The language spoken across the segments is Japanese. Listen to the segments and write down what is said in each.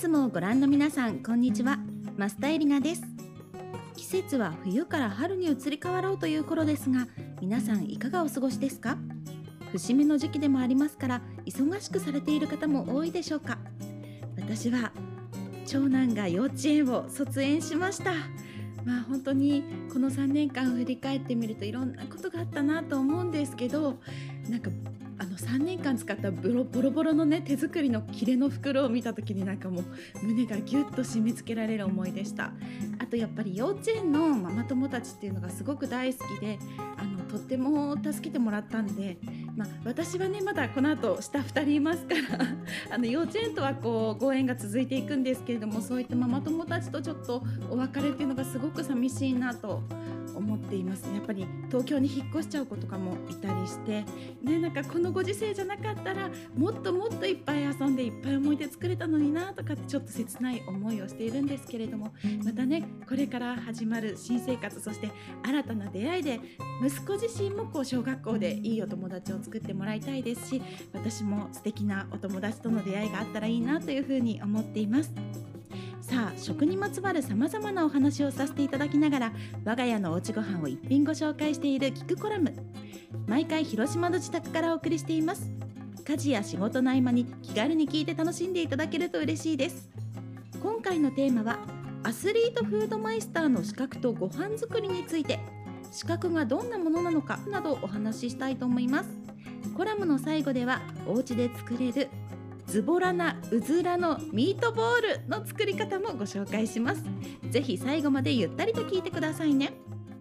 つもご覧の皆さん、こんにちは。増田絵里奈です。季節は冬から春に移り変わろうという頃ですが、皆さんいかがお過ごしですか？節目の時期でもありますから、忙しくされている方も多いでしょうか。私は長男が幼稚園を卒園しました。本当にこの3年間を振り返ってみるといろんなことがあったなと思うんですけど、3年間使ったボロボロのね、手作りの切れの袋を見た時にもう胸がギュッと締め付けられる思いでした。あとやっぱり幼稚園のママ友たちっていうのがすごく大好きで、とっても助けてもらったんで、私はねまだこの後下2人いますから幼稚園とはご縁が続いていくんですけれども、そういったママ友たちとちょっとお別れっていうのがすごく寂しいなと思っていますね。やっぱり東京に引っ越しちゃう子とかもいたりしてね、このご時世じゃなかったらもっともっといっぱい遊んでいっぱい思い出作れたのになとかってちょっと切ない思いをしているんですけれども、またねこれから始まる新生活、そして新たな出会いで息子自身も小学校でいいお友達を作ってもらいたいですし、私も素敵なお友達との出会いがあったらいいなというふうに思っています。さあ、食にまつわるさまざまなお話をさせていただきながら、我が家のおうちご飯を一品ご紹介している聞くコラム、毎回広島の自宅からお送りしています。家事や仕事の合間に気軽に聞いて楽しんでいただけると嬉しいです。今回のテーマはアスリートフードマイスターの資格とご飯作りについて、資格がどんなものなのかなどお話ししたいと思います。コラムの最後ではお家で作れるズボラなうずらのミートボールの作り方もご紹介します。ぜひ最後までゆったりと聞いてくださいね。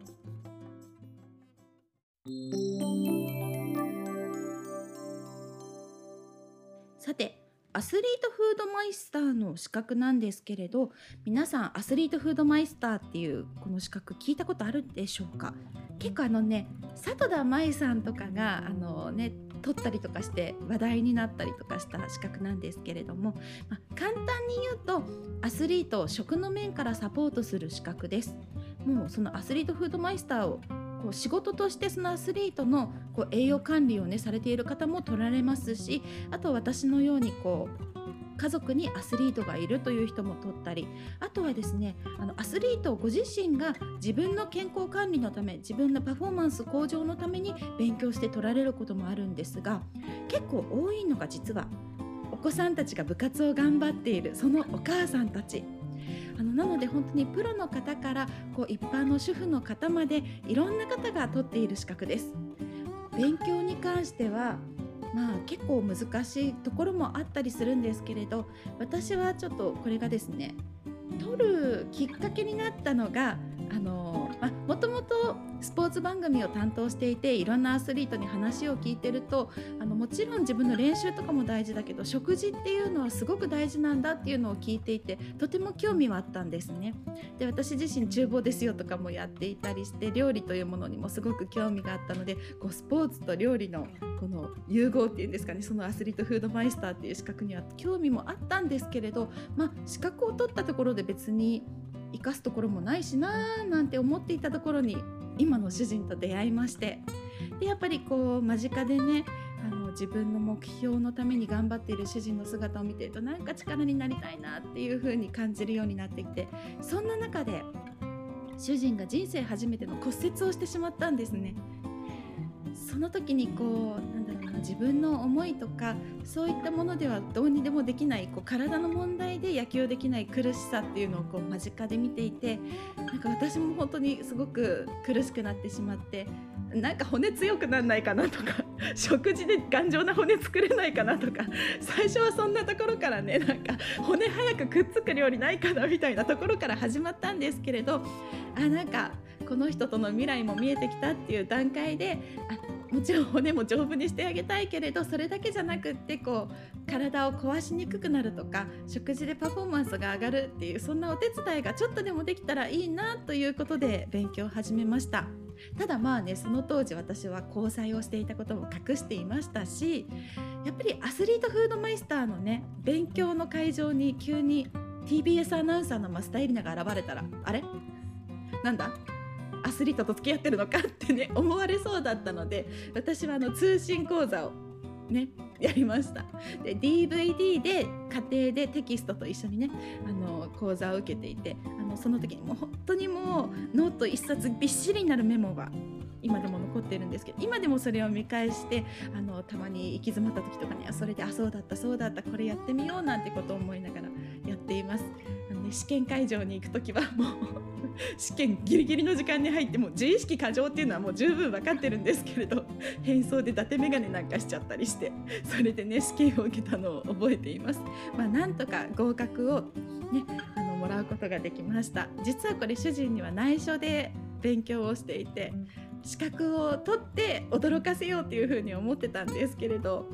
さて、アスリートフードマイスターの資格なんですけれど、皆さんアスリートフードマイスターっていうこの資格聞いたことあるでしょうか？結構里田舞さんとかが取ったりとかして話題になったりとかした資格なんですけれども、簡単に言うとアスリートを食の面からサポートする資格です。もうそのアスリートフードマイスターを仕事としてそのアスリートの栄養管理をされている方も取られますし、あと私のように家族にアスリートがいるという人も取ったり、あとはですね、アスリートご自身が自分の健康管理のため、自分のパフォーマンス向上のために勉強して取られることもあるんですが、結構多いのが実はお子さんたちが部活を頑張っているそのお母さんたちなので、本当にプロの方から一般の主婦の方までいろんな方が取っている資格です。勉強に関しては結構難しいところもあったりするんですけれど、私はちょっとこれがですね、取るきっかけになったのがもともとスポーツ番組を担当していて、いろんなアスリートに話を聞いてるともちろん自分の練習とかも大事だけど、食事っていうのはすごく大事なんだっていうのを聞いていて、とても興味はあったんですね。で、私自身厨房ですよとかもやっていたりして、料理というものにもすごく興味があったので、スポーツと料理のこの融合っていうんですかね、そのアスリートフードマイスターっていう資格には興味もあったんですけれど、資格を取ったところで別に生かすところもないしなーなんて思っていたところに今の主人と出会いまして、でやっぱり間近でね自分の目標のために頑張っている主人の姿を見ていると、力になりたいなっていう風に感じるようになってきて、そんな中で主人が人生初めての骨折をしてしまったんですね。その時に自分の思いとかそういったものではどうにでもできない体の問題で野球できない苦しさっていうのを間近で見ていて、私も本当にすごく苦しくなってしまって、骨強くならないかなとか食事で頑丈な骨作れないかなとか、最初はそんなところからね、骨早くくっつく料理ないかなみたいなところから始まったんですけれど、この人との未来も見えてきたっていう段階で、もちろん骨も丈夫にしてあげたいけれど、それだけじゃなくって体を壊しにくくなるとか、食事でパフォーマンスが上がるっていう、そんなお手伝いがちょっとでもできたらいいなということで勉強を始めました。ただその当時私は交際をしていたことも隠していましたし、やっぱりアスリートフードマイスターのね勉強の会場に急に TBS アナウンサーの増田絵里奈が現れたら、あれなんだアスリートと付き合ってるのかってね思われそうだったので、私は通信講座をねやりました。で DVD で家庭でテキストと一緒にね講座を受けていて、その時にもう本当にもうノート一冊びっしりになるメモが今でも残ってるんですけど、今でもそれを見返してたまに行き詰まった時とかにはそれでそうだったそうだったこれやってみようなんてことを思いながらやっています。試験会場に行く時はもう試験ギリギリの時間に入っても自意識過剰っていうのはもう十分分かってるんですけれど、変装で伊達眼鏡なんかしちゃったりして、それでね試験を受けたのを覚えています。なんとか合格をねもらうことができました。実はこれ主人には内緒で勉強をしていて、資格を取って驚かせようっていうふうに思ってたんですけれど、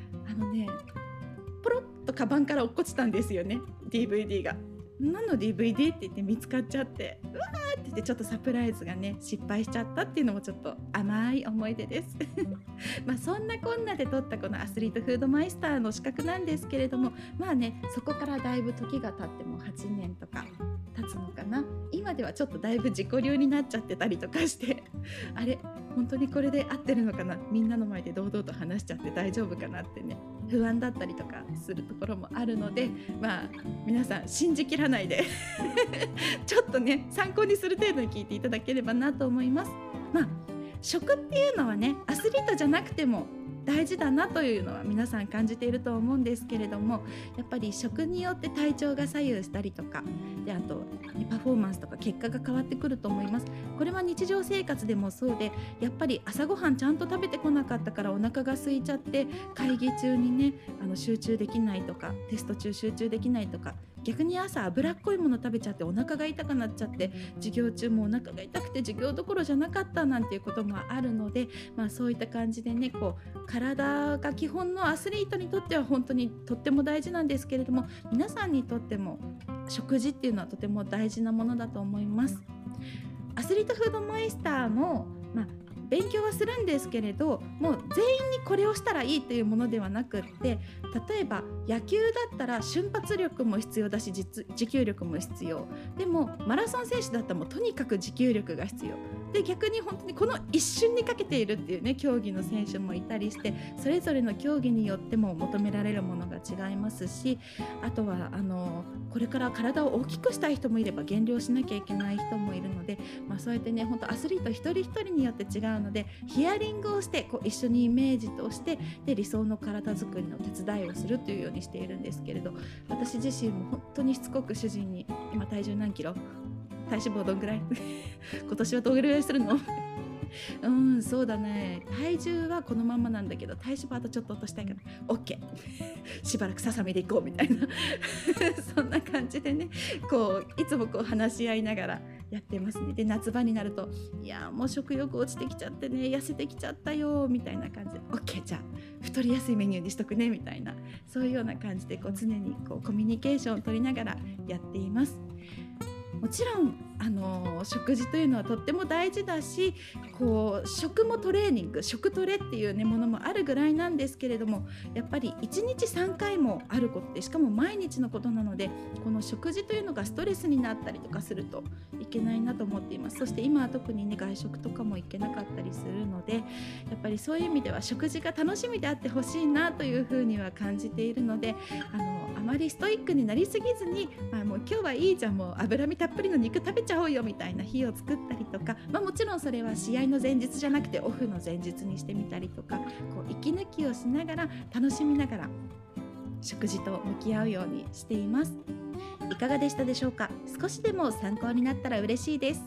ポロッとカバンから落っこちたんですよね、 DVD が。何の DVD って言って見つかっちゃって、うわーって言ってちょっとサプライズがね失敗しちゃったっていうのもちょっと甘い思い出ですそんなこんなで取ったこのアスリートフードマイスターの資格なんですけれども、そこからだいぶ時が経っても8年とか経つのかな。今ではちょっとだいぶ自己流になっちゃってたりとかしてあれ本当にこれで合ってるのかな、みんなの前で堂々と話しちゃって大丈夫かなってね不安だったりとかするところもあるので、皆さん信じきらないでちょっとね参考にする程度に聞いていただければなと思います。食っていうのはねアスリートじゃなくても大事だなというのは皆さん感じていると思うんですけれども、やっぱり食によって体調が左右したりとかで、あとパフォーマンスとか結果が変わってくると思います。これは日常生活でもそうで、やっぱり朝ごはんちゃんと食べてこなかったからお腹が空いちゃって会議中にね集中できないとか、テスト中集中できないとか、逆に朝脂っこいもの食べちゃってお腹が痛くなっちゃって授業中もお腹が痛くて授業どころじゃなかったなんていうこともあるので、そういった感じでね体が基本のアスリートにとっては本当にとっても大事なんですけれども、皆さんにとっても食事っていうのはとても大事なものだと思います。アスリートフードマイスターも、勉強はするんですけれど、もう全員にこれをしたらいいっていうものではなくって、例えば野球だったら瞬発力も必要だし持久力も必要でも、マラソン選手だったらもうとにかく持久力が必要で、逆に本当にこの一瞬にかけているっていうね競技の選手もいたりして、それぞれの競技によっても求められるものが違いますし、あとはこれから体を大きくしたい人もいれば減量しなきゃいけない人もいるので、そうやってね本当アスリート一人一人によって違うので、ヒアリングをして一緒にイメージとしてで理想の体作りの手伝いをするというようにしているんですけれど、私自身も本当にしつこく主人に今体重何キロ、体脂肪どんぐらい今年はどれぐらいするのそうだね、体重はこのままなんだけど体脂肪あとちょっと落としたいから OK しばらくささみでいこうみたいなそんな感じでねいつも話し合いながらやってますね。で夏場になるといやもう食欲落ちてきちゃってね痩せてきちゃったよみたいな感じで OK じゃあ太りやすいメニューにしとくねみたいな、そういうような感じで常にコミュニケーションを取りながらやっています。もちろん食事というのはとっても大事だし、食もトレーニング、食トレっていう、ものもあるぐらいなんですけれども、やっぱり1日3回もあることで、しかも毎日のことなので、この食事というのがストレスになったりとかするといけないなと思っています。そして今は特にね外食とかも行けなかったりするので、やっぱりそういう意味では食事が楽しみであってほしいなというふうには感じているので、あまりストイックになりすぎずに、もう今日はいいじゃん、もう脂身たっぷりの肉食べちゃおうよみたいな日を作ったりとか、もちろんそれは試合の前日じゃなくてオフの前日にしてみたりとか、息抜きをしながら楽しみながら食事と向き合うようにしています。いかがでしたでしょうか。少しでも参考になったら嬉しいです。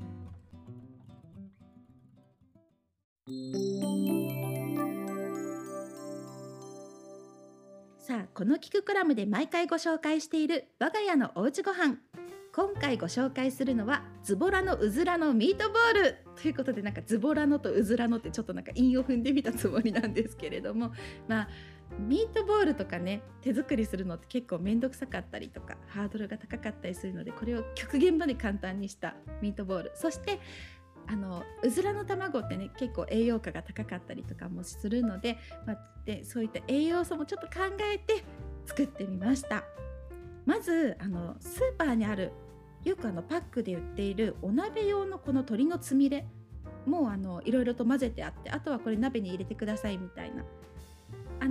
さあ、このキクコラムで毎回ご紹介している我が家のおうちご飯、今回ご紹介するのはズボラのうずらのミートボールということで、ズボラのとうずらのってちょっと韻を踏んでみたつもりなんですけれども、ミートボールとかね手作りするのって結構めんどくさかったりとかハードルが高かったりするので、これを極限まで簡単にしたミートボール、そしてうずらの卵ってね結構栄養価が高かったりとかもするので、でそういった栄養素もちょっと考えて作ってみました。まずスーパーにあるよくパックで売っているお鍋用のこの鶏のつみれもういろいろと混ぜてあって、あとはこれ鍋に入れてくださいみたいな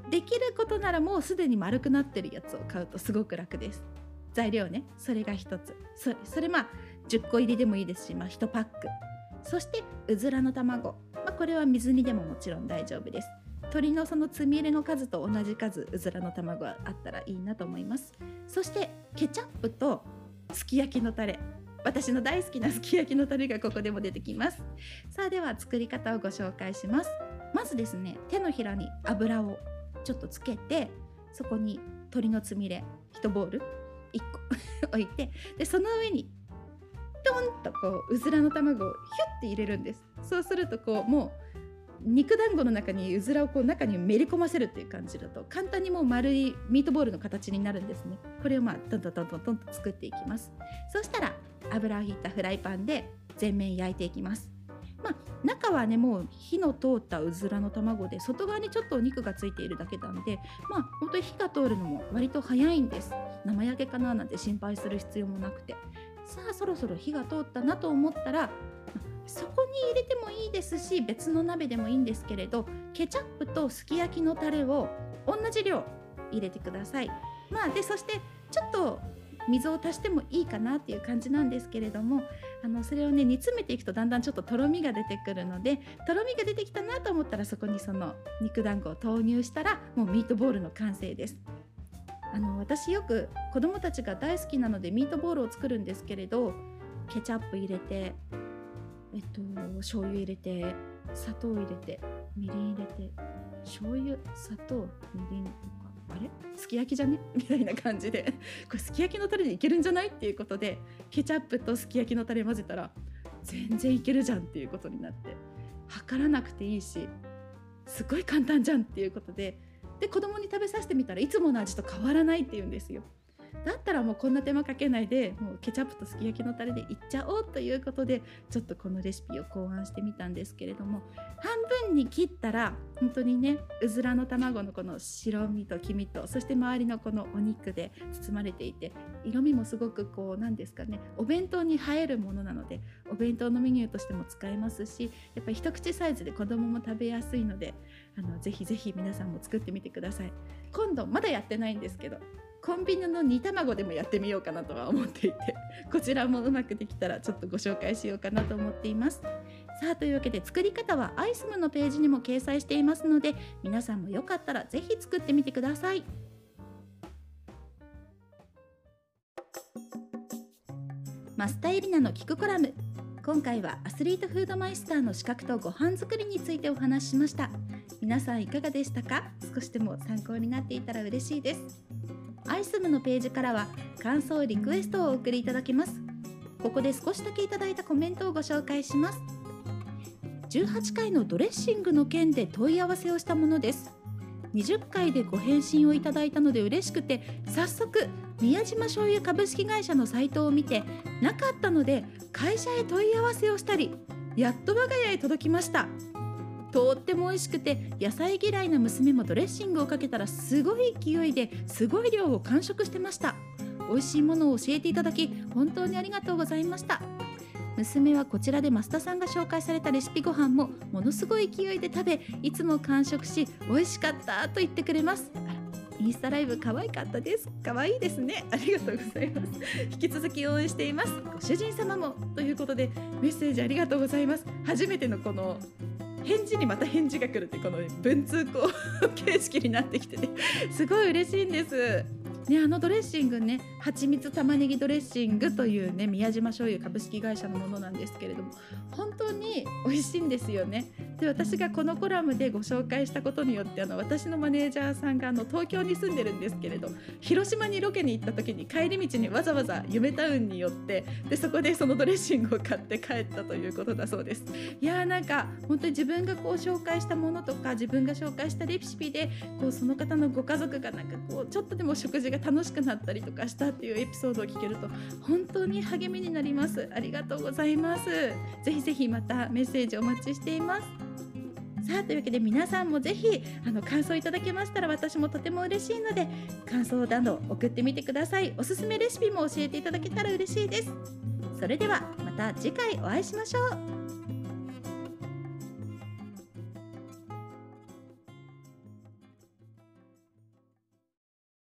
できることならもうすでに丸くなってるやつを買うとすごく楽です。材料ね、それが一つ。それ10個入りでもいいですし、1パック。そしてうずらの卵、これは水煮でももちろん大丈夫です。鶏のそのつみ入れの数と同じ数うずらの卵があったらいいなと思います。そしてケチャップとすき焼きのタレ、私の大好きなすき焼きのタレがここでも出てきます。さあでは作り方をご紹介します。まずですね、手のひらに油をちょっとつけて、そこに鶏のつみれ1ボウル1個置いて、でその上にピョンとこううずらの卵をヒュッて入れるんです。そうするとこうもう肉団子の中にうずらをこう中にめり込ませるっていう感じだと簡単にもう丸いミートボールの形になるんですね。これをトントントントントンと作っていきます。そしたら油をひいたフライパンで全面焼いていきます。中はねもう火の通ったうずらの卵で、外側にちょっとお肉がついているだけなんで、本当に火が通るのも割と早いんです。生焼けかななんて心配する必要もなくて、さあそろそろ火が通ったなと思ったら、そこに入れてもいいですし別の鍋でもいいんですけれど、ケチャップとすき焼きのタレを同じ量入れてください。でそしてちょっと水を足してもいいかなっていう感じなんですけれども、それをね煮詰めていくとだんだんちょっととろみが出てくるので、とろみが出てきたなと思ったらそこにその肉団子を投入したらもうミートボールの完成です。私よく子供たちが大好きなのでミートボールを作るんですけれど、ケチャップ入れて醤油入れて砂糖入れてみりん入れて醤油砂糖みりんとか、あれすき焼きじゃねみたいな感じで、これすき焼きのタレでいけるんじゃないっていうことでケチャップとすき焼きのタレ混ぜたら全然いけるじゃんっていうことになって、測らなくていいしすごい簡単じゃんっていうことで、子供に食べさせてみたらいつもの味と変わらないっていうんですよ。だったらもうこんな手間かけないでもうケチャップとすき焼きのタレでいっちゃおうということで、ちょっとこのレシピを考案してみたんですけれども、半分に切ったら本当にねうずらの卵のこの白身と黄身と、そして周りのこのお肉で包まれていて、色味もすごくこうなんですかね、お弁当に映えるものなのでお弁当のメニューとしても使えますし、やっぱり一口サイズで子供も食べやすいので、ぜひぜひ皆さんも作ってみてください。今度まだやってないんですけど、コンビニの煮卵でもやってみようかなとは思っていて、こちらもうまくできたらちょっとご紹介しようかなと思っています。さあというわけで作り方はアイスムのページにも掲載していますので、皆さんもよかったらぜひ作ってみてください。増田エリナの聞くコラム、今回はアスリートフードマイスターの資格とご飯作りについてお話ししました。皆さんいかがでしたか？少しでも参考になっていたら嬉しいです。アイスムのページからは感想リクエストをお送りいただけます。ここで少しだけいただいたコメントをご紹介します。18回のドレッシングの件で問い合わせをしたものです。20回でご返信をいただいたので嬉しくて、早速宮島醤油株式会社のサイトを見て、なかったので会社へ問い合わせをしたり、やっと我が家へ届きました。とっても美味しくて、野菜嫌いな娘もドレッシングをかけたらすごい勢いですごい量を完食してました。美味しいものを教えていただき本当にありがとうございました。娘はこちらで増田さんが紹介されたレシピご飯もものすごい勢いで食べ、いつも完食し美味しかったと言ってくれます。インスタライブ可愛かったです。可愛いですね。ありがとうございます。引き続き応援しています。ご主人様もということでメッセージありがとうございます。初めてのこの返事にまた返事が来るってこの文通行形式になってきてね、すごい嬉しいんですね。ドレッシングね、蜂蜜玉ねぎドレッシングというね宮島醤油株式会社のものなんですけれども、本当に美味しいんですよね。で、私がこのコラムでご紹介したことによって、私のマネージャーさんが東京に住んでるんですけれど、広島にロケに行った時に帰り道にわざわざ夢タウンに寄って、でそこでそのドレッシングを買って帰ったということだそうです。いやー、なんか本当に自分がこう紹介したものとか自分が紹介したレシピでこうその方のご家族がなんかこうちょっとでも食事が楽しくなったりとかしたっていうエピソードを聞けると本当に励みになります。ありがとうございます。ぜひぜひまたメッセージお待ちしています。さあ、というわけで皆さんもぜひ感想いただけましたら私もとても嬉しいので、感想など送ってみてください。おすすめレシピも教えていただけたら嬉しいです。それではまた次回お会いしましょう。